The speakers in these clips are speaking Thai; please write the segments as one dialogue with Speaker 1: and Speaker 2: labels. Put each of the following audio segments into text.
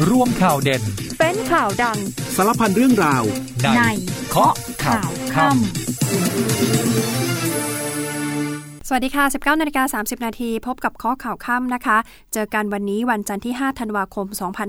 Speaker 1: รวมข่าวเด่น
Speaker 2: เป็นข่าวดัง
Speaker 3: สารพันเรื่องราว
Speaker 1: ในเคาะข่าวค่ำ
Speaker 2: สวัสดีค่ะ 19:30 น.พบกับข้อข่าวค่ำนะคะเจอกันวันนี้วันจันทร์ที่5ธันวาคม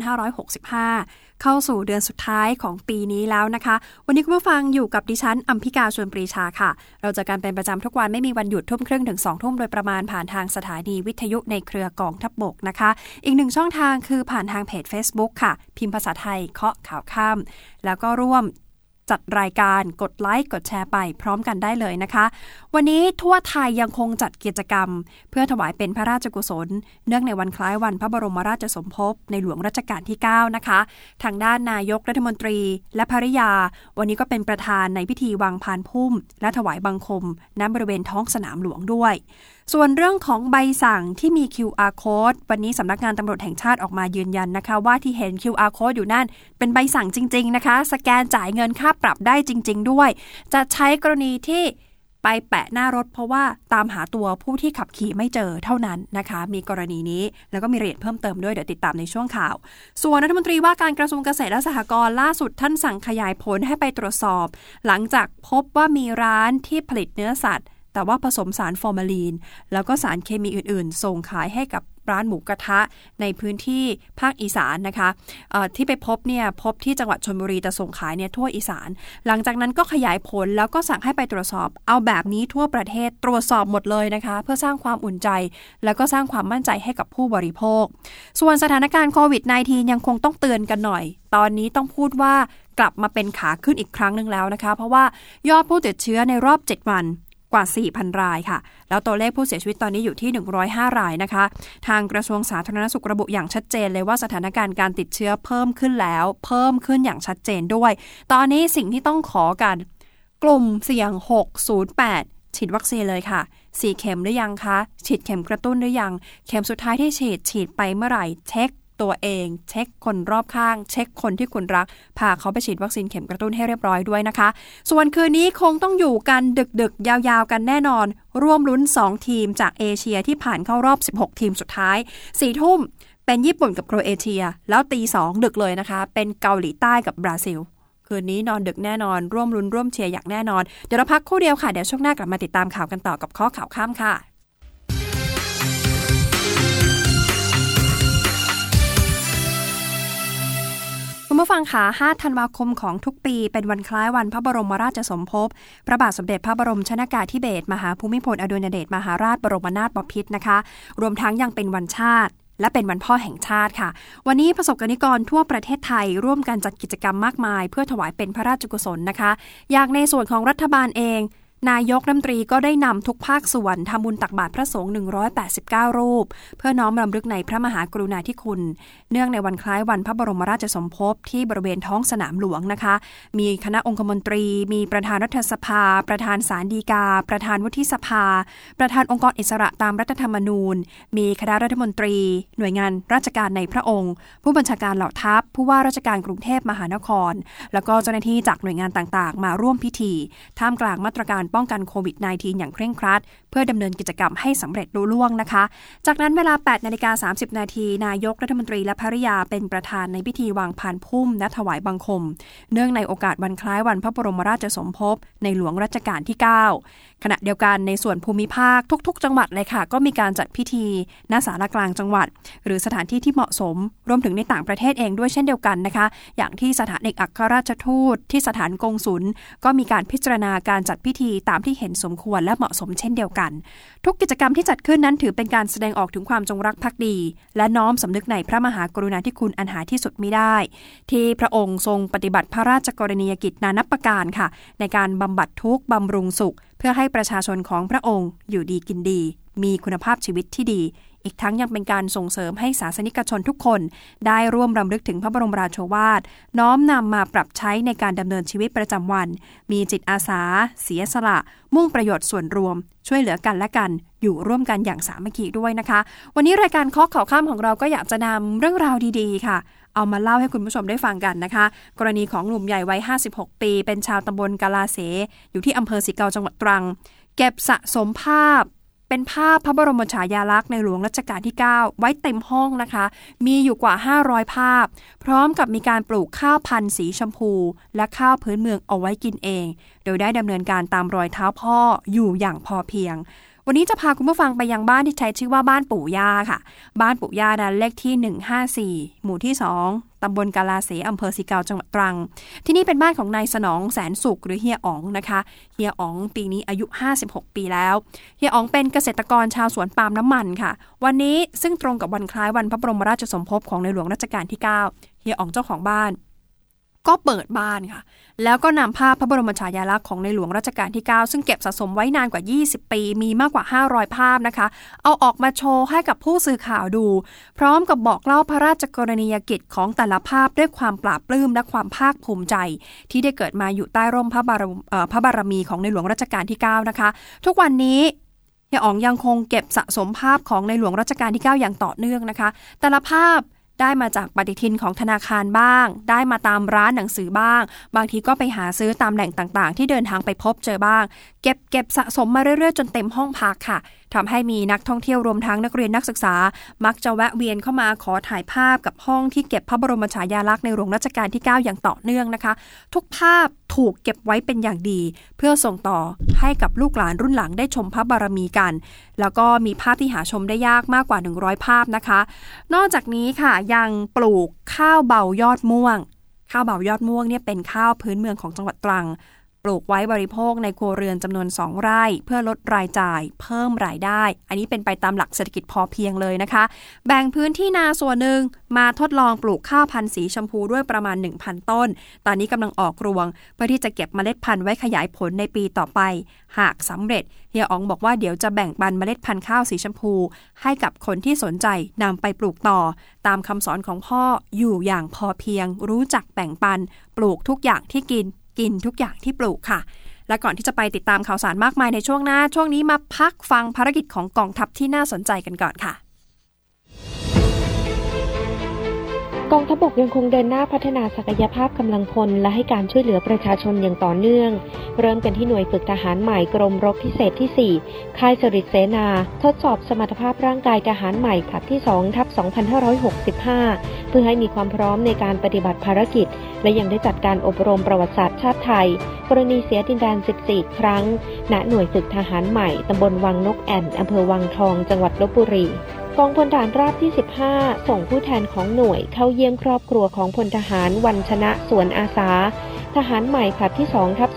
Speaker 2: 2565เข้าสู่เดือนสุดท้ายของปีนี้แล้วนะคะวันนี้คุณผู้ฟังอยู่กับดิฉันอัมพิกาชวนปรีชาค่ะเราเจอกันเป็นประจำทุกวันไม่มีวันหยุด 12:30 ถึง 20:00 โดยประมาณผ่านทางสถานีวิทยุในเครือกองทัพบกนะคะอีกหนึ่งช่องทางคือผ่านทางเพจ Facebook ค่ะพิมพ์ภาษาไทยเคาะข่าวค่ำแล้วก็ร่วมจัดรายการกดไลค์กดแชร์ไปพร้อมกันได้เลยนะคะวันนี้ทั่วไทยยังคงจัดกิจกรรมเพื่อถวายเป็นพระราชกุศลเนื่องในวันคล้ายวันพระบรมราชสมภพในหลวงรัชกาลที่9นะคะทางด้านนายกรัฐมนตรีและภริยาวันนี้ก็เป็นประธานในพิธีวางพานพุ่มและถวายบังคมณบริเวณท้องสนามหลวงด้วยส่วนเรื่องของใบสั่งที่มี QR Code วันนี้สำนักงานตำรวจแห่งชาติออกมายืนยันนะคะว่าที่เห็น QR Code อยู่นั่นเป็นใบสั่งจริงๆนะคะสแกนจ่ายเงินค่าปรับได้จริงๆด้วยจะใช้กรณีที่ไปแปะหน้ารถเพราะว่าตามหาตัวผู้ที่ขับขี่ไม่เจอเท่านั้นนะคะมีกรณีนี้แล้วก็มีรายละเอียดเพิ่มเติมด้วยเดี๋ยวติดตามในช่วงข่าวส่วนรัฐมนตรีว่าการกระทรวงเกษตรและสหกรณ์ล่าสุดท่านสั่งขยายผลให้ไปตรวจสอบหลังจากพบว่ามีร้านที่ผลิตเนื้อสัตว์แต่ว่าผสมสารฟอร์มาลีนแล้วก็สารเคมีอื่นๆส่งขายให้กับร้านหมูกระทะในพื้นที่ภาคอีสานนะคะที่ไปพบที่จังหวัดชลบุรีแต่ส่งขายทั่วอีสานหลังจากนั้นก็ขยายผลแล้วก็สั่งให้ไปตรวจสอบเอาแบบนี้ทั่วประเทศตรวจสอบหมดเลยนะคะเพื่อสร้างความอุ่นใจแล้วก็สร้างความมั่นใจให้กับผู้บริโภคส่วนสถานการณ์โควิด -19 ยังคงต้องเตือนกันหน่อยตอนนี้ต้องพูดว่ากลับมาเป็นขาขึ้นอีกครั้งนึงแล้วนะคะเพราะว่ายอดผู้ติดเชื้อในรอบ7วันกว่า 4,000 รายค่ะแล้วตัวเลขผู้เสียชีวิตตอนนี้อยู่ที่105รายนะคะทางกระทรวงสาธารณสุขระบุอย่างชัดเจนเลยว่าสถานการณ์การติดเชื้อเพิ่มขึ้นแล้วเพิ่มขึ้นอย่างชัดเจนด้วยตอนนี้สิ่งที่ต้องขอกันกลุ่มเสี่ยง608ฉีดวัคซีนเลยค่ะ4เข็มหรือยังคะฉีดเข็มกระตุ้นหรือยังเข็มสุดท้ายที่ฉีดไปเมื่อไหร่เช็คตัวเองเช็คคนรอบข้างเช็คคนที่คุณรักพาเขาไปฉีดวัคซีนเข็มกระตุ้นให้เรียบร้อยด้วยนะคะส่วนคืนนี้คงต้องอยู่กันดึกๆยาวๆกันแน่นอนร่วมลุ้น2ทีมจากเอเชียที่ผ่านเข้ารอบ16ทีมสุดท้าย 4 ทุ่มเป็นญี่ปุ่นกับโครเอเชียแล้วตี 2ดึกเลยนะคะเป็นเกาหลีใต้กับบราซิลคืนนี้นอนดึกแน่นอนร่วมลุ้นร่วมเชียร์อย่างแน่นอนเดี๋ยวเราพักครู่เดียวค่ะเดี๋ยวช่วงหน้ากลับมาติดตามข่าวกันต่อกับข้อข่าวค่ำค่ะคุณผู้ฟังค่ะ5ธันวาคมของทุกปีเป็นวันคล้ายวันพระบรมราชสมภพพระบาทสมเด็จพระบรมชนกาธิเบศรมหาภูมิพลอดุลยเดชมหาราชบรมนาถบพิตรนะคะรวมทั้งยังเป็นวันชาติและเป็นวันพ่อแห่งชาติค่ะวันนี้ประสบกนิกรทั่วประเทศไทยร่วมกันจัดกิจกรรมมากมายเพื่อถวายเป็นพระราชกุศลนะคะอย่างในส่วนของรัฐบาลเองนายกรัฐมนตรีก็ได้นำทุกภาคส่วนทำบุญตักบาตรพระสงฆ์189รูปเพื่อน้อมรำลึกในพระมหากรุณาธิคุณเนื่องในวันคล้ายวันพระบรมราชสมภพที่บริเวณท้องสนามหลวงนะคะมีคณะองคมนตรีมีประธานรัฐสภาประธานศาลฎีกาประธานวุฒิสภาประธานองค์กรอิสระตามรัฐธรรมนูญมีคณะรัฐมนตรีหน่วยงานราชการในพระองค์ผู้บัญชาการเหล่าทัพผู้ว่าราชการกรุงเทพมหานครแล้วก็เจ้าหน้าที่จากหน่วยงานต่างๆมาร่วมพิธีท่ามกลางมาตรการป้องกันโควิด -19 อย่างเคร่งครัดเพื่อดำเนินกิจกรรมให้สำเร็จลุล่วงนะคะจากนั้นเวลา 8:30 น.นายกรัฐมนตรีและภริยาเป็นประธานในพิธีวางพานพุ่มและถวายบังคมเนื่องในโอกาสวันคล้ายวันพระบรมราชสมภพในหลวงรัชกาลที่ 9ขณะเดียวกันในส่วนภูมิภาคทุกๆจังหวัดเลยค่ะก็มีการจัดพิธีณศาลากลางจังหวัดหรือสถานที่ที่เหมาะสมรวมถึงในต่างประเทศเองด้วยเช่นเดียวกันนะคะอย่างที่สถานเอกอัครราชทูตที่สถานกงสุลก็มีการพิจารณาการจัดพิธีตามที่เห็นสมควรและเหมาะสมเช่นเดียวกันทุกกิจกรรมที่จัดขึ้นนั้นถือเป็นการแสดงออกถึงความจงรักภักดีและน้อมสำนึกในพระมหากรุณาธิคุณอันหาที่สุดมิได้ที่พระองค์ทรงปฏิบัติพระราชกรณียกิจนานับประการค่ะในการบำบัดทุกข์บำรุงสุขเพื่อให้ประชาชนของพระองค์อยู่ดีกินดีมีคุณภาพชีวิตที่ดีอีกทั้งยังเป็นการส่งเสริมให้ศาสนิกชนทุกคนได้ร่วมรำลึกถึงพระบรมราโชวาทน้อมนำมาปรับใช้ในการดำเนินชีวิตประจำวันมีจิตอาสาเสียสละมุ่งประโยชน์ส่วนรวมช่วยเหลือกันและกันอยู่ร่วมกันอย่างสามัคคีด้วยนะคะวันนี้รายการข้อข่าวค่ำของเราก็อยากจะนำเรื่องราวดีๆค่ะเอามาเล่าให้คุณผู้ชมได้ฟังกันนะคะกรณีของหนุ่มใหญ่วัย56ปีเป็นชาวตำบลกาลาเสอยู่ที่อำเภอสิเกาจังหวัดตรังเก็บสะสมภาพเป็นภาพพระบรมฉายาลักษณ์ในหลวงรัชกาลที่ 9 ไว้เต็มห้องนะคะมีอยู่กว่า500ภาพพร้อมกับมีการปลูกข้าวพันธุ์สีชมพูและข้าวพื้นเมืองเอาไว้กินเองโดยได้ดำเนินการตามรอยเท้าพ่ออยู่อย่างพอเพียงวันนี้จะพาคุณผู้ฟังไปยังบ้านที่ใช้ชื่อว่าบ้านปู่ย่าค่ะบ้านปู่ย่านั้นเลขที่154หมู่ที่2ตำบลกาลาเสอำเภอสีเกาจังหวัดตรังที่นี่เป็นบ้านของนายสนองแสนสุขหรือเฮียอ๋องนะคะเฮียอ๋องปีนี้อายุ56ปีแล้วเฮียอ๋องเป็นเกษตรกรชาวสวนปาล์มน้ำมันค่ะวันนี้ซึ่งตรงกับวันคล้ายวันพระบรมราชสมภพของในหลวงรัชกาลที่ 9เฮียอ๋องเจ้าของบ้านก็เปิดบ้านค่ะแล้วก็นำภาพพระบรมฉายาลักษณ์ของในหลวงรัชกาลที่ 9ซึ่งเก็บสะสมไว้นานกว่า20ปีมีมากกว่า500ภาพนะคะเอาออกมาโชว์ให้กับผู้สื่อข่าวดูพร้อมกับบอกเล่าพระราชกรณียกิจของแต่ละภาพด้วยความปลาบปลื้มและความภาคภูมิใจที่ได้เกิดมาอยู่ใต้ร่มพระบารมีของในหลวงรัชกาลที่ 9นะคะทุกวันนี้เฮียอ๋องยังคงเก็บสะสมภาพของในหลวงรัชกาลที่ 9อย่างต่อเนื่องนะคะแต่ละภาพได้มาจากปฏิทินของธนาคารบ้างได้มาตามร้านหนังสือบ้างบางทีก็ไปหาซื้อตามแหล่งต่างๆที่เดินทางไปพบเจอบ้างเก็บสะสมมาเรื่อยๆจนเต็มห้องพักค่ะทำให้มีนักท่องเที่ยวรวมทั้งนักเรียนนักศึกษามักจะแวะเวียนเข้ามาขอถ่ายภาพกับห้องที่เก็บพระบรมฉายาลักษณ์ในหลวงรัชกาลที่ 9อย่างต่อเนื่องนะคะทุกภาพถูกเก็บไว้เป็นอย่างดีเพื่อส่งต่อให้กับลูกหลานรุ่นหลังได้ชมพระบารมีกันแล้วก็มีภาพที่หาชมได้ยากมากกว่า100ภาพนะคะนอกจากนี้ค่ะยังปลูกข้าวเบายอดม่วงข้าวเบายอดม่วงเนี่ยเป็นข้าวพื้นเมืองของจังหวัดตรังปลูกไว้บริโภคในครัวเรือนจำนวน2ไร่เพื่อลดรายจ่ายเพิ่มรายได้อันนี้เป็นไปตามหลักเศรษฐกิจพอเพียงเลยนะคะแบ่งพื้นที่นาส่วนหนึ่งมาทดลองปลูกข้าวพันธุ์สีชมพูด้วยประมาณ 1,000 ต้นตอนนี้กำลังออกรวงเพื่อที่จะเก็บเมล็ดพันธุ์ไว้ขยายผลในปีต่อไปหากสำเร็จเฮียอ๋องบอกว่าเดี๋ยวจะแบ่งปันเมล็ดพันธุ์ข้าวสีชมพูให้กับคนที่สนใจนำไปปลูกต่อตามคำสอนของพ่ออยู่อย่างพอเพียงรู้จักแบ่งปันปลูกทุกอย่างที่กินทุกอย่างที่ปลูกค่ะและก่อนที่จะไปติดตามข่าวสารมากมายในช่วงหน้าช่วงนี้มาพักฟังภารกิจของกองทัพที่น่าสนใจกันก่อนค่ะ
Speaker 3: กองทัพบกยังคงเดินหน้าพัฒนาศักยภาพกำลังพลและให้การช่วยเหลือประชาชนอย่างต่อเนื่องเริ่มกันที่หน่วยฝึกทหารใหม่กรมรบพิเศษที่4ค่ายสฤษดิ์เสนาทดสอบสมรรถภาพร่างกายทหารใหม่ผลัดที่ 2/2565 เพื่อให้มีความพร้อมในการปฏิบัติภารกิจและยังได้จัดการอบรมประวัติศาสตร์ชาติไทยกรณีเสียดินแดน14ครั้งณหน่วยฝึกทหารใหม่ตำบลวังนกแอ่นอำเภอวังทองจังหวัดลพบุรีกองพลทหารราบที่15ส่งผู้แทนของหน่วยเข้าเยี่ยมครอบครัวของพลทหารวันชนะสวนอาสาทหารใหม่ผลัดที่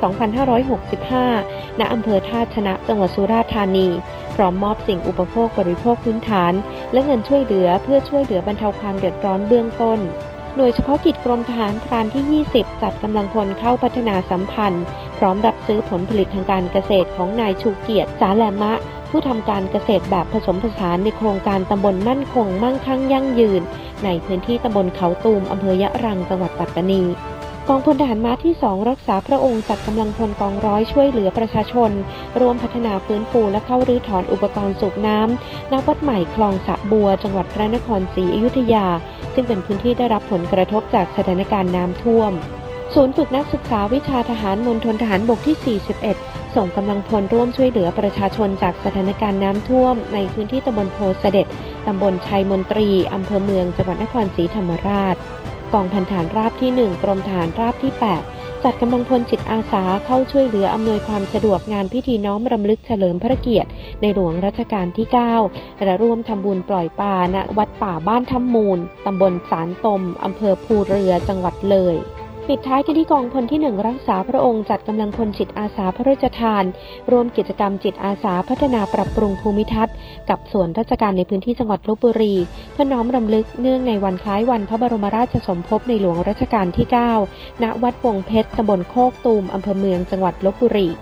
Speaker 3: 2/2565 ณ อำเภอท่าชนะจังหวัดสุราษฎร์ธานีพร้อมมอบสิ่งอุปโภคบริโภคพื้นฐานและเงินช่วยเหลือเพื่อช่วยเหลือบรรเทาความเดือดร้อนเบื้องต้นหน่วยเฉพาะกิจกรมทหารพรานที่ 20จัดกำลังพลเข้าพัฒนาสัมพันธ์พร้อมรับซื้อผลผลิตทางการเกษตรของนายชูเกียรติสาแลมะผู้ทำการเกษตรแบบผสมผสานในโครงการตำบลมั่นคงมั่งคั่งยั่งยืนในพื้นที่ตำบลเขาตูมอำเภอยะรังจังหวัดปัตตานีกองพลทหารม้าที่2รักษาพระองค์จัดกำลังพลกองร้อยช่วยเหลือประชาชนร่วมพัฒนาฟื้นฟูและเข้ารื้อถอนอุปกรณ์สูบน้ำณวัดใหม่คลองสะบัวจังหวัดพระนครศรีอยุธยาซึ่งเป็นพื้นที่ได้รับผลกระทบจากสถานการณ์น้ำท่วมศูนย์ฝึกนักศึกษาวิชาทหารมณฑลทหารบกที่41ส่งกำลังพลร่วมช่วยเหลือประชาชนจากสถานการณ์น้ำท่วมในพื้นที่ตำบลโพเสด็จตำบลชัยมนตรีอำเภอเมืองจังหวัดนครศรีธรรมราชกองพันทหารราบที่1กรมทหารราบที่8จัดกำลังพลจิตอาสาเข้าช่วยเหลืออำนวยความสะดวกงานพิธีน้อมรำลึกเฉลิมพระเกียรติในหลวงรัชกาลที่ 9และร่วมทำบุญปล่อยปลาณวัดป่าบ้านถ้ำมูลตำบลสารตมอำเภอภูเรือจังหวัดเลยปิดท้ายกันที่กองพลที่1รักษาพระองค์จัดกำลังพลจิตอาสาพระราชทานร่วมกิจกรรมจิตอาสาพัฒนาปรับปรุงภูมิทัศน์กับส่วนราชการในพื้นที่จังหวัดลพบุรีเพื่อน้อมรำลึกเนื่องในวันคล้ายวันพระบรมราชสมภพในหลวงรัชกาลที่ 9 ณ วัดวงเพชรตำบลโคกตูมอำเภอเมืองจังหวัดลพบุรี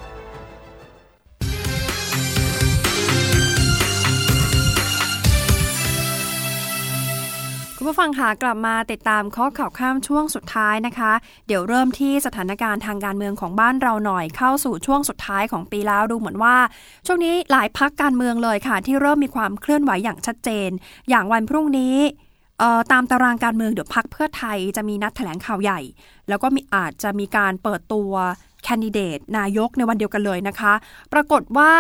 Speaker 2: คุณผู้ฟังค่ะกลับมาติดตามข้อข่าวข้ามช่วงสุดท้ายนะคะเดี๋ยวเริ่มที่สถานการณ์ทางการเมืองของบ้านเราหน่อยเข้าสู่ช่วงสุดท้ายของปีแล้วดูเหมือนว่าช่วงนี้หลายพรรคการเมืองเลยค่ะที่เริ่มมีความเคลื่อนไหวอย่างชัดเจนอย่างวันพรุ่งนี้ตามตารางการเมืองเดี๋ยวพรรคเพื่อไทยจะมีนัดแถลงข่าวใหญ่แล้วก็อาจจะมีการเปิดตัวแคนดิเดตนายกในวันเดียวกันเลยนะคะปรากฏว่า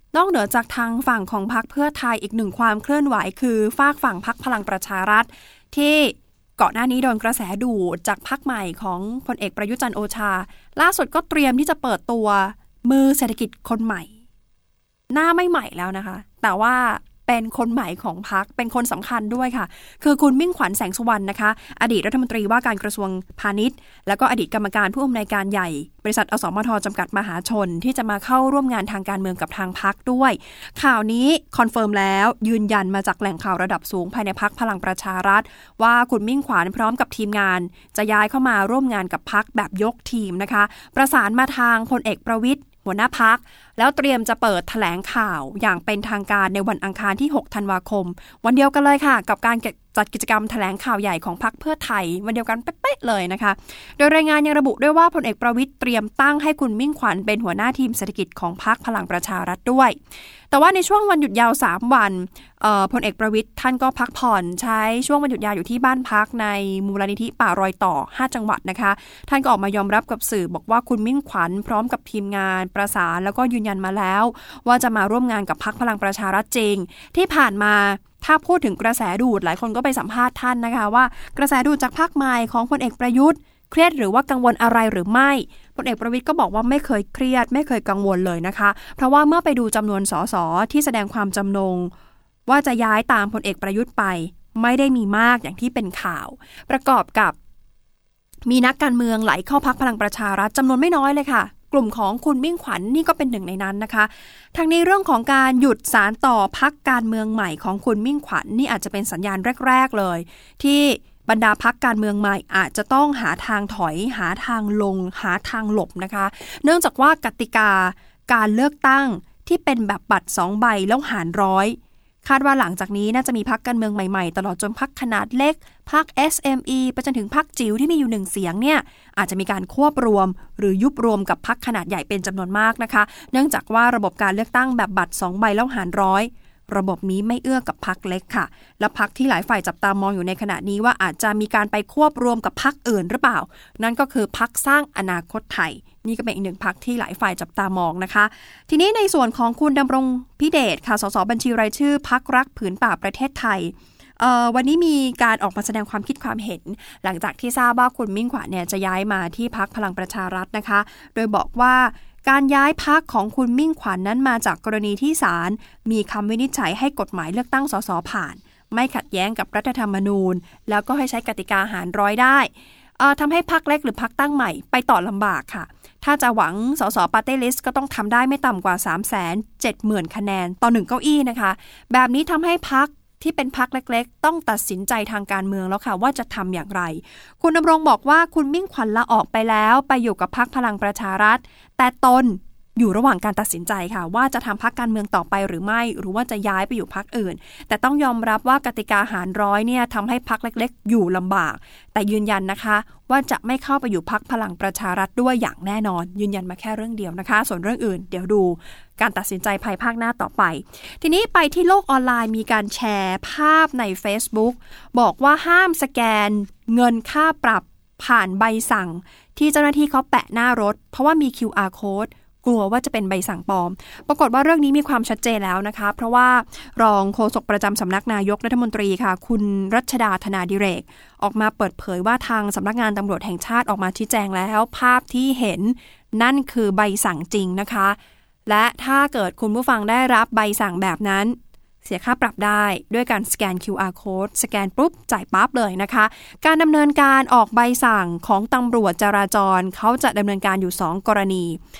Speaker 2: นอกเหนือจากทางฝั่งของพรรคเพื่อไทยอีกหนึ่งความเคลื่อนไหวคือฝากฝั่งพรรคพลังประชารัฐที่ก่อนหน้านี้โดนกระแสดูดจากพรรคใหม่ของพลเอกประยุทธ์จันทร์โอชาล่าสุดก็เตรียมที่จะเปิดตัวมือเศรษฐกิจคนใหม่หน้าไม่ใหม่แล้วนะคะแต่ว่าเป็นคนใหม่ของพรรคเป็นคนสำคัญด้วยค่ะคือคุณมิ่งขวัญแสงสุวรรณนะคะอดีตรัฐมนตรีว่าการกระทรวงพาณิชย์แล้วก็อดีตกรรมการผู้อำนวยการใหญ่บริษัทอสมทจำกัดมหาชนที่จะมาเข้าร่วมงานทางการเมืองกับทางพรรคด้วยข่าวนี้คอนเฟิร์มแล้วยืนยันมาจากแหล่งข่าวระดับสูงภายในพรรคพลังประชารัฐว่าคุณมิ่งขวัญพร้อมกับทีมงานจะย้ายเข้ามาร่วมงานกับพรรคแบบยกทีมนะคะประสานมาทางพลเอกประวิตรหัวหน้าพรรคแล้วเตรียมจะเปิดแถลงข่าวอย่างเป็นทางการในวันอังคารที่6ธันวาคมวันเดียวกันเลยค่ะกับการจัดกิจกรรมแถลงข่าวใหญ่ของพรรคเพื่อไทยวันเดียวกันเป๊ะๆเลยนะคะโดยรายงานยังระบุด้วยว่าพลเอกประวิตรเตรียมตั้งให้คุณมิ่งขวัญเป็นหัวหน้าทีมเศรษฐกิจของพรรคพลังประชารัฐด้วยแต่ว่าในช่วงวันหยุดยาว3วันพลเอกประวิตรท่านก็พักผ่อนใช้ช่วงวันหยุดยาวอยู่ที่บ้านพักในมูลนิธิป่ารอยต่อ5จังหวัดนะคะท่านก็ออกมายอมรับกับสื่อบอกว่าคุณมิ่งขวัญพร้อมกับทีมงานประสานแล้วก็ยืนยันมาแล้วว่าจะมาร่วมงานกับพรรคพลังประชารัฐจริงที่ผ่านมาถ้าพูดถึงกระแสดูดหลายคนก็ไปสัมภาษณ์ท่านนะคะว่ากระแสดูดจากพรรคใหม่ของพลเอกประยุทธ์เครียดหรือว่ากังวลอะไรหรือไม่พลเอกประวิตรก็บอกว่าไม่เคยเครียดไม่เคยกังวลเลยนะคะเพราะว่าเมื่อไปดูจำนวนสสที่แสดงความจำนงว่าจะย้ายตามพลเอกประยุทธ์ไปไม่ได้มีมากอย่างที่เป็นข่าวประกอบกับมีนักการเมืองไหลเข้าพรรคพลังประชารัฐจำนวนไม่น้อยเลยค่ะกลุ่มของคุณมิ่งขวัญ นี่ก็เป็นหนึ่งในนั้นนะคะทั้งนี้เรื่องของการหยุดสานต่อพรรคการเมืองใหม่ของคุณมิ่งขวัญ นี่อาจจะเป็นสัญญาณแรกๆเลยที่บรรดาพรรคการเมืองใหม่อาจจะต้องหาทางถอยหาทางลงหาทางหลบนะคะเนื่องจากว่ากติกาการเลือกตั้งที่เป็นแบบบัตร2ใบแล้วหารร้อยคาดว่าหลังจากนี้น่าจะมีพรรคการเมืองใหม่ๆตลอดจนพรรคขนาดเล็กพรรค SME ไปจนถึงพรรคจิ๋วที่มีอยู่1เสียงเนี่ยอาจจะมีการควบรวมหรือยุบรวมกับพรรคขนาดใหญ่เป็นจำนวนมากนะคะเนื่องจากว่าระบบการเลือกตั้งแบบบัตร2ใบแล้วหารร้อยระบบนี้ไม่เอื้อกับพรรคเล็กค่ะและพรรคที่หลายฝ่ายจับตามองอยู่ในขณะนี้ว่าอาจจะมีการไปควบรวมกับพรรคอื่นหรือเปล่านั่นก็คือพรรคสร้างอนาคตไทยนี่ก็เป็นอีกหนึ่งพรรคที่หลายฝ่ายจับตามองนะคะทีนี้ในส่วนของคุณดำรงพิเดชค่ะสสบัญชีรายชื่อพรรครักผืนป่าประเทศไทยวันนี้มีการออกมาแสดงความคิดความเห็นหลังจากที่ทราบว่าคุณมิ่งขวัญเนี่ยจะย้ายมาที่พรรคพลังประชารัฐนะคะโดยบอกว่าการย้ายพรรคของคุณมิ่งขวัญ นั้นมาจากกรณีที่ศาลมีคำวินิจฉัยให้กฎหมายเลือกตั้งสสผ่านไม่ขัดแย้งกับรัฐธรรมนูญแล้วก็ให้ใช้กติกาหารร้อยได้ทำให้พรรคเล็กหรือพรรคตั้งใหม่ไปต่อลำบากค่ะถ้าจะหวังสสปาร์ตี้ลิสต์ก็ต้องทำได้ไม่ต่ำกว่า 370,000 คะแนนต่อ1เก้าอี้นะคะแบบนี้ทำให้พรรคที่เป็นพรรคเล็กๆต้องตัดสินใจทางการเมืองแล้วค่ะว่าจะทำอย่างไรคุณดำรงบอกว่าคุณมิ่งขวัญลาออกไปแล้วไปอยู่กับพรรคพลังประชารัฐแต่ตนอยู่ระหว่างการตัดสินใจค่ะว่าจะทำพรรคการเมืองต่อไปหรือไม่หรือว่าจะย้ายไปอยู่พรรคอื่นแต่ต้องยอมรับว่ากติกาหารร้อยเนี่ยทำให้พรรคเล็กๆอยู่ลำบากแต่ยืนยันนะคะว่าจะไม่เข้าไปอยู่พรรคพลังประชารัฐด้วยอย่างแน่นอนยืนยันมาแค่เรื่องเดียวนะคะส่วนเรื่องอื่นเดี๋ยวดูการตัดสินใจภายภาคหน้าต่อไปทีนี้ไปที่โลกออนไลน์มีการแชร์ภาพใน Facebook บอกว่าห้ามสแกนเงินค่าปรับผ่านใบสั่งที่เจ้าหน้าที่เขาแปะหน้ารถเพราะว่ามี QR codeกลัวว่าจะเป็นใบสั่งปลอมปรากฏว่าเรื่องนี้มีความชัดเจนแล้วนะคะเพราะว่ารองโฆษกประจำสำนักนายกรัฐมนตรีค่ะคุณรัชดาธนาดิเรกออกมาเปิดเผยว่าทางสำนักงานตำรวจแห่งชาติออกมาชี้แจงแล้วภาพที่เห็นนั่นคือใบสั่งจริงนะคะและถ้าเกิดคุณผู้ฟังได้รับใบสั่งแบบนั้นเสียค่าปรับได้ด้วยการสแกน QR code สแกนปุ๊บจ่ายปั๊บเลยนะคะการดำเนินการออกใบสั่งของตำรวจจราจรเขาจะดำเนินการอยู่2กรณี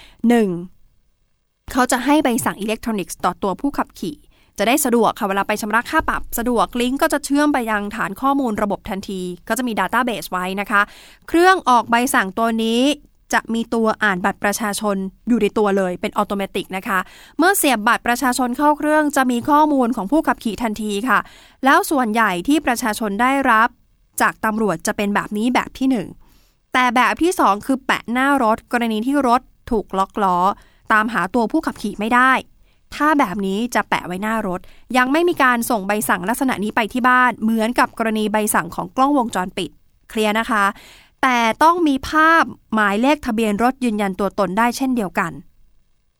Speaker 2: 1. เขาจะให้ใบสั่งอิเล็กทรอนิกส์ต่อตัวผู้ขับขี่จะได้สะดวกค่ะเวลาไปชำระค่าปรับสะดวกลิงก์ก็จะเชื่อมไปยังฐานข้อมูลระบบทันทีก็จะมี Database ไว้นะคะเครื่องออกใบสั่งตัวนี้จะมีตัวอ่านบัตรประชาชนอยู่ในตัวเลยเป็นออโตเมติกนะคะเมื่อเสียบบัตรประชาชนเข้าเครื่องจะมีข้อมูลของผู้ขับขี่ทันทีค่ะแล้วส่วนใหญ่ที่ประชาชนได้รับจากตำรวจจะเป็นแบบนี้แบบที่1แต่แบบที่2คือแปะหน้ารถกรณีที่รถถูกล็อกล้อตามหาตัวผู้ขับขี่ไม่ได้ถ้าแบบนี้จะแปะไว้หน้ารถยังไม่มีการส่งใบสั่งลักษณะนี้ไปที่บ้านเหมือนกับกรณีใบสั่งของกล้องวงจรปิดเคลียร์นะคะแต่ต้องมีภาพหมายเลขทะเบียนรถยืนยันตัวตนได้เช่นเดียวกัน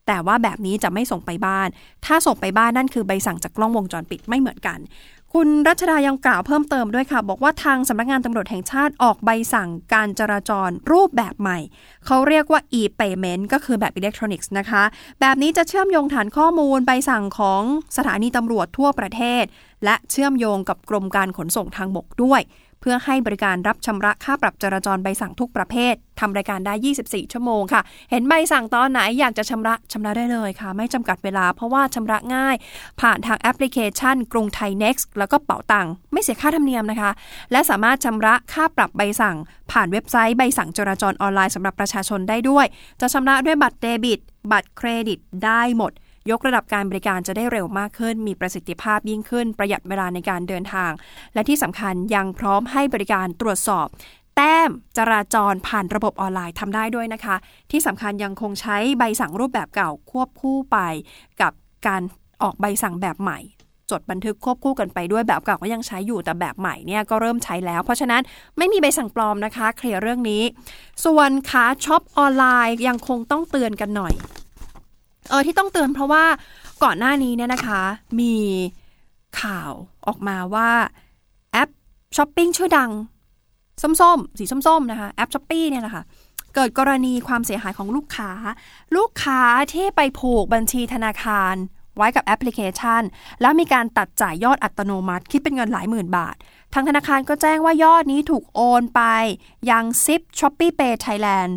Speaker 2: แต่ว่าแบบนี้จะไม่ส่งไปบ้านถ้าส่งไปบ้านนั่นคือใบสั่งจากกล้องวงจรปิดไม่เหมือนกันคุณรัชดายังกล่าวเพิ่มเติมด้วยค่ะบอกว่าทางสำนักงานตำรวจแห่งชาติออกใบสั่งการจราจรรูปแบบใหม่เขาเรียกว่า e-payment ก็คือแบบอิเล็กทรอนิกส์นะคะแบบนี้จะเชื่อมโยงฐานข้อมูลใบสั่งของสถานีตำรวจทั่วประเทศและเชื่อมโยงกับกรมการขนส่งทางบกด้วยเพื่อให้บริการรับชำระค่าปรับจราจรใบสั่งทุกประเภททำรายการได้24ชั่วโมงค่ะเห็นใบสั่งตอนไหนอยากจะชำระได้เลยค่ะไม่จำกัดเวลาเพราะว่าชำระง่ายผ่านทางแอปพลิเคชันกรุงไทย Next แล้วก็เป๋าตังค์ไม่เสียค่าธรรมเนียมนะคะและสามารถชำระค่าปรับใบสั่งผ่านเว็บไซต์ใบสั่งจราจรออนไลน์สำหรับประชาชนได้ด้วยจะชำระด้วยบัตรเดบิตบัตรเครดิตได้หมดยกระดับการบริการจะได้เร็วมากขึ้นมีประสิทธิภาพยิ่งขึ้นประหยัดเวลาในการเดินทางและที่สำคัญยังพร้อมให้บริการตรวจสอบแต้มจราจรผ่านระบบออนไลน์ทำได้ด้วยนะคะที่สำคัญยังคงใช้ใบสั่งรูปแบบเก่าควบคู่ไปกับการออกใบสั่งแบบใหม่จดบันทึกควบคู่กันไปด้วยแบบเก่าก็ยังใช้อยู่แต่แบบใหม่เนี่ยก็เริ่มใช้แล้วเพราะฉะนั้นไม่มีใบสั่งปลอมนะคะเคลียร์เรื่องนี้ส่วนขาช็อปออนไลน์ยังคงต้องเตือนกันหน่อยที่ต้องเตือนเพราะว่าก่อนหน้านี้เนี่ยนะคะมีข่าวออกมาว่าแอปช้อปปิ้งชื่อดังส้มๆสีส้มๆนะคะแอป Shopee เนี่ยนะคะเกิดกรณีความเสียหายของลูกค้าที่ไปผูกบัญชีธนาคารไว้กับแอปพลิเคชันแล้วมีการตัดจ่ายยอดอัตโนมัติคิดเป็นเงินหลายหมื่นบาททางธนาคารก็แจ้งว่ายอดนี้ถูกโอนไปยัง SIP Shopee Pay Thailand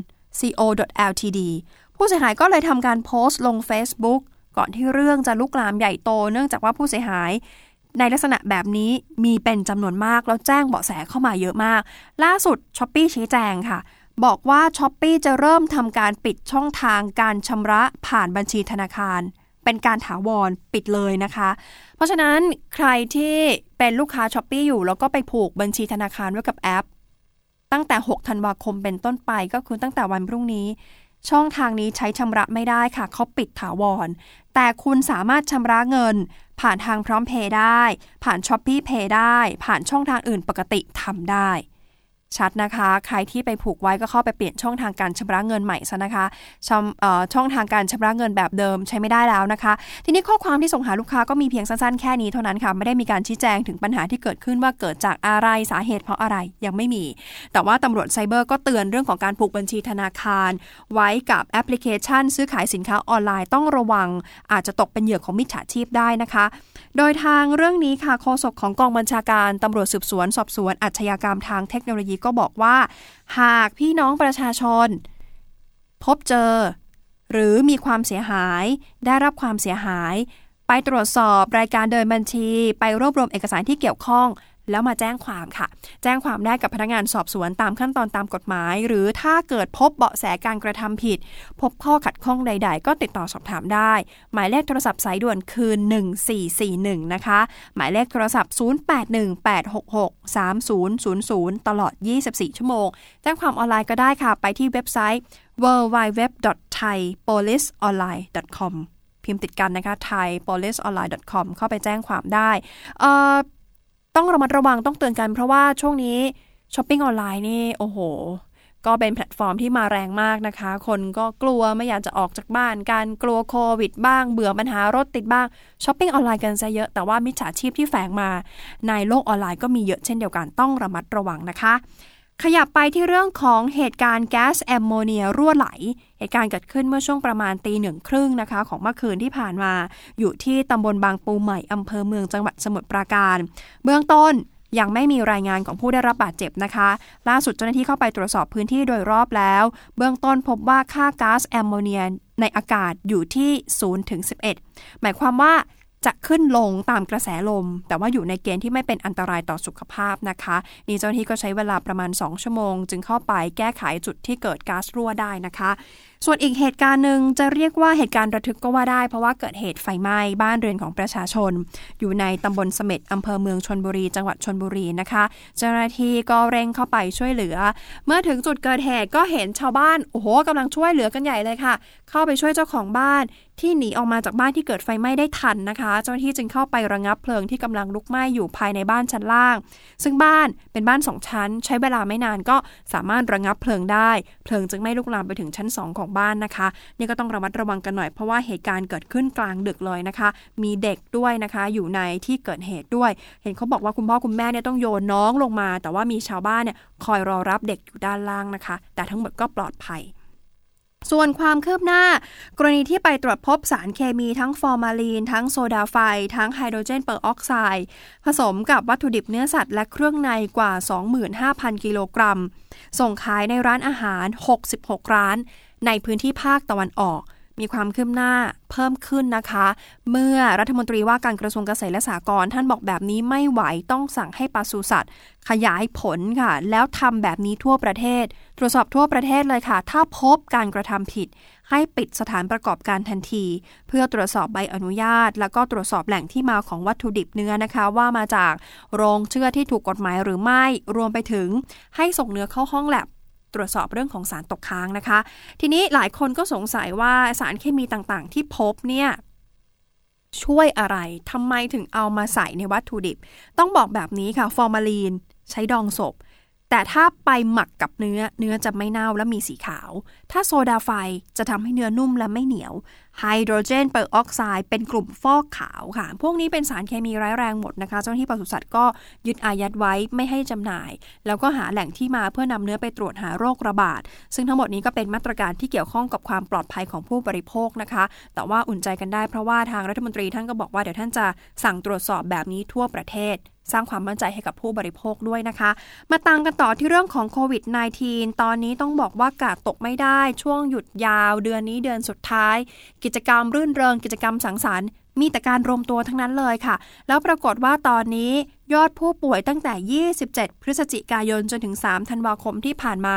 Speaker 2: co.ltdผู้เสียหายก็เลยทำการโพสต์ลง Facebook ก่อนที่เรื่องจะลุกลามใหญ่โตเนื่องจากว่าผู้เสียหายในลักษณะแบบนี้มีเป็นจำนวนมากแล้วแจ้งเบาะแสเข้ามาเยอะมากล่าสุด Shopee ชี้แจงค่ะบอกว่า Shopee จะเริ่มทำการปิดช่องทางการชำระผ่านบัญชีธนาคารเป็นการถาวรปิดเลยนะคะเพราะฉะนั้นใครที่เป็นลูกค้า Shopee อยู่แล้วก็ไปผูกบัญชีธนาคารไว้กับแอปตั้งแต่6ธันวาคมเป็นต้นไปก็คือตั้งแต่วันพรุ่งนี้ช่องทางนี้ใช้ชำระไม่ได้ค่ะเขาปิดถาวรแต่คุณสามารถชำระเงินผ่านทางพร้อมเพย์ได้ผ่าน Shopee Pay ได้ผ่านช่องทางอื่นปกติทำได้ชัดนะคะใครที่ไปผูกไว้ก็เข้าไปเปลี่ยนช่องทางการชำระเงินใหม่ซะนะคะช่องทางการชำระเงินแบบเดิมใช้ไม่ได้แล้วนะคะทีนี้ข้อความที่ส่งหาลูกค้าก็มีเพียงสั้นๆแค่นี้เท่านั้นค่ะไม่ได้มีการชี้แจงถึงปัญหาที่เกิดขึ้นว่าเกิดจากอะไรสาเหตุเพราะอะไรยังไม่มีแต่ว่าตำรวจไซเบอร์ก็เตือนเรื่องของการผูกบัญชีธนาคารไว้กับแอปพลิเคชันซื้อขายสินค้าออนไลน์ต้องระวังอาจจะตกเป็นเหยื่อของมิจฉาชีพได้นะคะโดยทางเรื่องนี้ค่ะโฆษกของกองบัญชาการตำรวจสืบสวนสอบสวนอาชญากรรมทางเทคโนโลยีก็บอกว่าหากพี่น้องประชาชนพบเจอหรือมีความเสียหายได้รับความเสียหายไปตรวจสอบรายการเดินบัญชีไปรวบรวมเอกสารที่เกี่ยวข้องแล้วมาแจ้งความค่ะแจ้งความได้กับพนักงานสอบสวนตามขั้นตอนตามกฎหมายหรือถ้าเกิดพบเบาะแสการกระทำผิดพบข้อขัดข้องใดๆก็ติดต่อสอบถามได้หมายเลขโทรศัพท์สายด่วนคือ1441นะคะหมายเลขโทรศัพท์0818663000ตลอด24ชั่วโมงแจ้งความออนไลน์ก็ได้ค่ะไปที่เว็บไซต์ www.thaipoliceonline.com พิมพ์ติดกันนะคะ thaipoliceonline.com เข้าไปแจ้งความได้ต้องระมัดระวังต้องเตือนกันเพราะว่าช่วงนี้ช้อปปิ้งออนไลน์นี่โอ้โหก็เป็นแพลตฟอร์มที่มาแรงมากนะคะคนก็กลัวไม่อยากจะออกจากบ้านกันกลัวโควิดบ้างเบื่อปัญหารถติดบ้างช้อปปิ้งออนไลน์กันซะเยอะแต่ว่ามิจฉาชีพที่แฝงมาในโลกออนไลน์ก็มีเยอะเช่นเดียวกันต้องระมัดระวังนะคะขยับไปที่เรื่องของเหตุการณ์แก๊สแอมโมเนียรั่วไหลเหตุการณ์เกิดขึ้นเมื่อช่วงประมาณ 1:30 นนะคะของเมื่อคืนที่ผ่านมาอยู่ที่ตำบลบางปูใหม่อำเภอเมืองจังหวัดสมุทรปราการเบื้องต้นยังไม่มีรายงานของผู้ได้รับบาดเจ็บนะคะล่าสุดเจ้าหน้าที่เข้าไปตรวจสอบพื้นที่โดยรอบแล้วเบื้องต้นพบว่าค่าก๊าซแอมโมเนียในอากาศอยู่ที่ 0-11 หมายความว่าจะขึ้นลงตามกระแสลมแต่ว่าอยู่ในเกณฑ์ที่ไม่เป็นอันตรายต่อสุขภาพนะคะนี่เจ้าหน้าที่ก็ใช้เวลาประมาณ2ชั่วโมงจึงเข้าไปแก้ไขจุดที่เกิดก๊าซรั่วได้นะคะส่วนอีกเหตุการณ์นึงจะเรียกว่าเหตุการณ์ระทึกก็ว่าได้เพราะว่าเกิดเหตุไฟไหม้บ้านเรือนของประชาชนอยู่ในตำบลเสม็ดอำเภอเมืองชลบุรีจังหวัดชลบุรีนะคะเจ้าหน้าที่ก็เร่งเข้าไปช่วยเหลือเมื่อถึงจุดเกิดเหตุก็เห็นชาวบ้านโอ้โหกำลังช่วยเหลือกันใหญ่เลยค่ะเข้าไปช่วยเจ้าของบ้านที่หนีออกมาจากบ้านที่เกิดไฟไหม้ได้ทันนะคะเจ้าหน้าที่จึงเข้าไประงับเพลิงที่กำลังลุกไหม้อยู่ภายในบ้านชั้นล่างซึ่งบ้านเป็นบ้าน2ชั้นใช้เวลาไม่นานก็สามารถระงับเพลิงได้เพลิงจึงไม่ลุกลามไปถึงชั้น2ของบ้านนะคะนี่ก็ต้องระมัดระวังกันหน่อยเพราะว่าเหตุการณ์เกิดขึ้นกลางดึกเลยนะคะมีเด็กด้วยนะคะอยู่ในที่เกิดเหตุด้วยเห็นเขาบอกว่าคุณพ่อคุณแม่เนี่ยต้องโยนน้องลงมาแต่ว่ามีชาวบ้านเนี่ยคอยรอรับเด็กอยู่ด้านล่างนะคะแต่ทั้งหมดก็ปลอดภัยส่วนความคืบหน้ากรณีที่ไปตรวจพบสารเคมีทั้งฟอร์มาลีนทั้งโซดาไฟทั้งไฮโดรเจนเปอร์ออกไซด์ผสมกับวัตถุดิบเนื้อสัตว์และเครื่องในกว่า 25,000 กิโลกรัมส่งขายในร้านอาหาร66ร้านในพื้นที่ภาคตะวันออกมีความคืบหน้าเพิ่มขึ้นนะคะเมื่อรัฐมนตรีว่าการกระทรวงเกษตรและสหกรณ์ท่านบอกแบบนี้ไม่ไหวต้องสั่งให้ปศุสัตว์ขยายผลค่ะแล้วทำแบบนี้ทั่วประเทศตรวจสอบทั่วประเทศเลยค่ะถ้าพบการกระทำผิดให้ปิดสถานประกอบการทันทีเพื่อตรวจสอบใบอนุญาตแล้วก็ตรวจสอบแหล่งที่มาของวัตถุดิบเนื้อนะคะว่ามาจากโรงเชือดที่ถูกกฎหมายหรือไม่รวมไปถึงให้ส่งเนื้อเข้าห้องแลบตรวจสอบเรื่องของสารตกค้างนะคะทีนี้หลายคนก็สงสัยว่าสารเคมีต่างๆที่พบเนี่ยช่วยอะไรทำไมถึงเอามาใส่ในวัตถุดิบต้องบอกแบบนี้ค่ะฟอร์มาลีนใช้ดองศพแต่ถ้าไปหมักกับเนื้อจะไม่เน่าและมีสีขาวถ้าโซดาไฟจะทำให้เนื้อนุ่มและไม่เหนียวไฮโดรเจนเปอร์ออกไซด์เป็นกลุ่มฟอกขาวค่ะพวกนี้เป็นสารเคมีร้ายแรงหมดนะคะเจ้าหน้าที่ปศุสัตว์ก็ยึดอายัดไว้ไม่ให้จำหน่ายแล้วก็หาแหล่งที่มาเพื่อนำเนื้อไปตรวจหาโรคระบาดซึ่งทั้งหมดนี้ก็เป็นมาตรการที่เกี่ยวข้องกับความปลอดภัยของผู้บริโภคนะคะแต่ว่าอุ่นใจกันได้เพราะว่าทางรัฐมนตรีท่านก็บอกว่าเดี๋ยวท่านจะสั่งตรวจสอบแบบนี้ทั่วประเทศสร้างความมั่นใจให้กับผู้บริโภคด้วยนะคะมาตามกันต่อที่เรื่องของโควิด -19 ตอนนี้ต้องบอกว่ากาดตกไม่ได้ช่วงหยุดยาวเดือนนี้เดือนสุดท้ายกิจกรรมรื่นเริงกิจกรรมสังสรรค์มีแต่การรวมตัวทั้งนั้นเลยค่ะแล้วปรากฏว่าตอนนี้ยอดผู้ป่วยตั้งแต่27พฤศจิกายนจนถึง3ธันวาคมที่ผ่านมา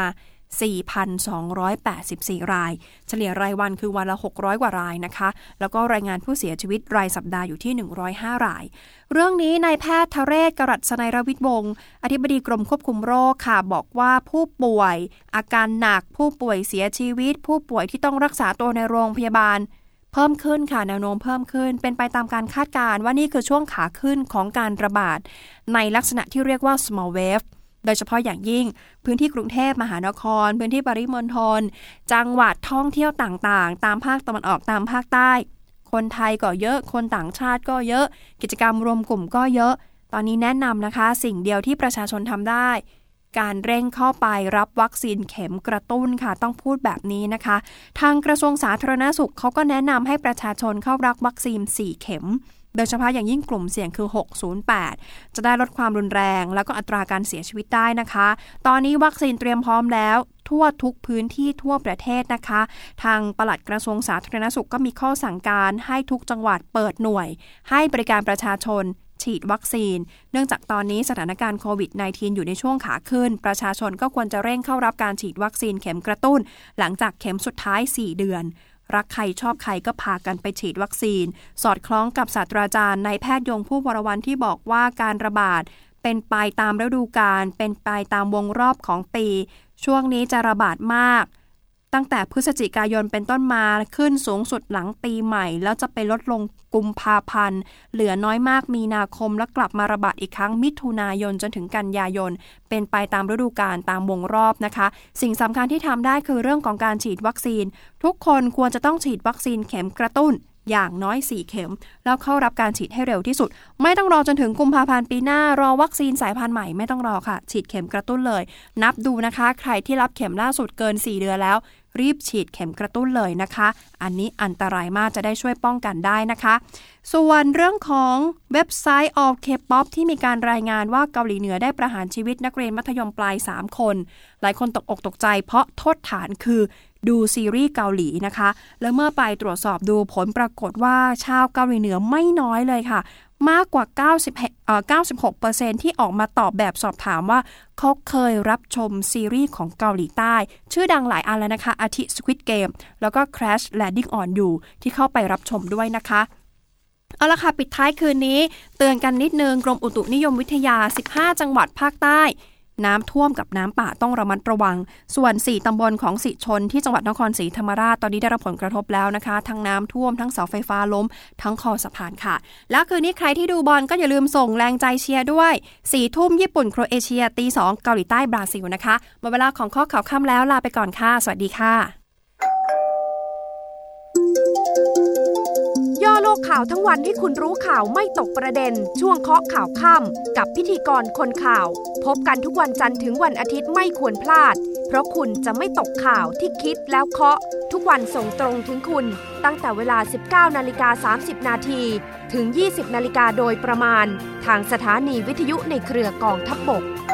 Speaker 2: 4,284 รายเฉลี่ยรายวันคือวันละ600กว่ารายนะคะแล้วก็รายงานผู้เสียชีวิตรายสัปดาห์อยู่ที่105รายเรื่องนี้นายแพทย์ทเรศ กรัศนัยรวิทย์วงศ์อธิบดีกรมควบคุมโรคค่ะบอกว่าผู้ป่วยอาการหนักผู้ป่วยเสียชีวิตผู้ป่วยที่ต้องรักษาตัวในโรงพยาบาลเพิ่มขึ้นค่ะแนวโน้มเพิ่มขึ้นเป็นไปตามการคาดการณ์ว่านี่คือช่วงขาขึ้นของการระบาดในลักษณะที่เรียกว่า small waveโดยเฉพาะอย่างยิ่งพื้นที่กรุงเทพมหานครพื้นที่ปริมณฑลจังหวัดท่องเที่ยวต่างๆตามภาคตะวันออกตามภาคใต้คนไทยก็เยอะคนต่างชาติก็เยอะกิจกรรมรวมกลุ่มก็เยอะตอนนี้แนะนำนะคะสิ่งเดียวที่ประชาชนทำได้การเร่งเข้าไปรับวัคซีนเข็มกระตุ้นค่ะต้องพูดแบบนี้นะคะทางกระทรวงสาธารณสุขเขาก็แนะนำให้ประชาชนเข้ารับวัคซีน4เข็มโดยเฉพาะอย่างยิ่งกลุ่มเสี่ยงคือ608จะได้ลดความรุนแรงแล้วก็อัตราการเสียชีวิตได้นะคะตอนนี้วัคซีนเตรียมพร้อมแล้วทั่วทุกพื้นที่ทั่วประเทศนะคะทางปลัดกระทรวงสาธารณสุขก็มีข้อสั่งการให้ทุกจังหวัดเปิดหน่วยให้บริการประชาชนฉีดวัคซีนเนื่องจากตอนนี้สถานการณ์โควิด -19 อยู่ในช่วงขาขึ้นประชาชนก็ควรจะเร่งเข้ารับการฉีดวัคซีนเข็มกระตุ้นหลังจากเข็มสุดท้าย4เดือนรักใครชอบใครก็พากันไปฉีดวัคซีนสอดคล้องกับศาสตราจารย์นายแพทย์ยงผู้วรวรรณที่บอกว่าการระบาดเป็นไปตามฤดูกาลเป็นไปตามวงรอบของปีช่วงนี้จะระบาดมากตั้งแต่พฤศจิกายนเป็นต้นมาขึ้นสูงสุดหลังปีใหม่แล้วจะไปลดลงกุมภาพันธ์เหลือน้อยมากมีนาคมแล้วกลับมาระบาดอีกครั้งมิถุนายนจนถึงกันยายนเป็นไปตามฤดูกาลตามวงรอบนะคะสิ่งสำคัญที่ทำได้คือเรื่องของการฉีดวัคซีนทุกคนควรจะต้องฉีดวัคซีนเข็มกระตุ้นอย่างน้อย4เข็มแล้วเข้ารับการฉีดให้เร็วที่สุดไม่ต้องรอจนถึงกุมภาพันธ์ปีหน้ารอวัคซีนสายพันธุ์ใหม่ไม่ต้องรอค่ะฉีดเข็มกระตุ้นเลยนับดูนะคะใครที่รับเข็มล่าสุดเกิน4เดือนแล้วรีบฉีดเข็มกระตุ้นเลยนะคะอันนี้อันตรายมากจะได้ช่วยป้องกันได้นะคะส่วนเรื่องของเว็บไซต์ All K-pop ที่มีการรายงานว่าเกาหลีเหนือได้ประหารชีวิตนักเรียนมัธยมปลาย3คนหลายคนตกอกตกใจเพราะโทษฐานคือดูซีรีส์เกาหลีนะคะแล้วเมื่อไปตรวจสอบดูผลปรากฏว่าชาวเกาหลีเหนือไม่น้อยเลยค่ะมากกว่า96% ที่ออกมาตอบแบบสอบถามว่าเขาเคยรับชมซีรีส์ของเกาหลีใต้ชื่อดังหลายอันแล้วนะคะอาทิ Squid Game แล้วก็ Crash Landing on You ที่เข้าไปรับชมด้วยนะคะเอาละค่ะปิดท้ายคืนนี้เตือนกันนิดนึงกรมอุตุนิยมวิทยา15จังหวัดภาคใต้น้ำท่วมกับน้ำป่าต้องระมัดระวังส่วน4ตำบลของสิชนที่จังหวัดนครศรีธรรมราชตอนนี้ได้รับผลกระทบแล้วนะคะทั้งน้ำท่วมทั้งเสาไฟฟ้าล้มทั้งคอสะพานค่ะแล้วคืนนี้ใครที่ดูบอลก็อย่าลืมส่งแรงใจเชียร์ด้วย4 ทุ่มญี่ปุ่นโครเอเชีย 2 เกาหลีใต้บราซิลนะคะหมดเวลาของข้อข่าวค่ำแล้วลาไปก่อนค่ะสวัสดีค่ะ
Speaker 4: ย่อโลกข่าวทั้งวันให้คุณรู้ข่าวไม่ตกประเด็นช่วงเคาะข่าวค่ำกับพิธีกรคนข่าวพบกันทุกวันจันทร์ถึงวันอาทิตย์ไม่ควรพลาดเพราะคุณจะไม่ตกข่าวที่คิดแล้วเคาะทุกวันส่งตรงถึงคุณตั้งแต่เวลา 19:30 นาทีถึง 20 นาฬิกาโดยประมาณทางสถานีวิทยุในเครือกองทัพบก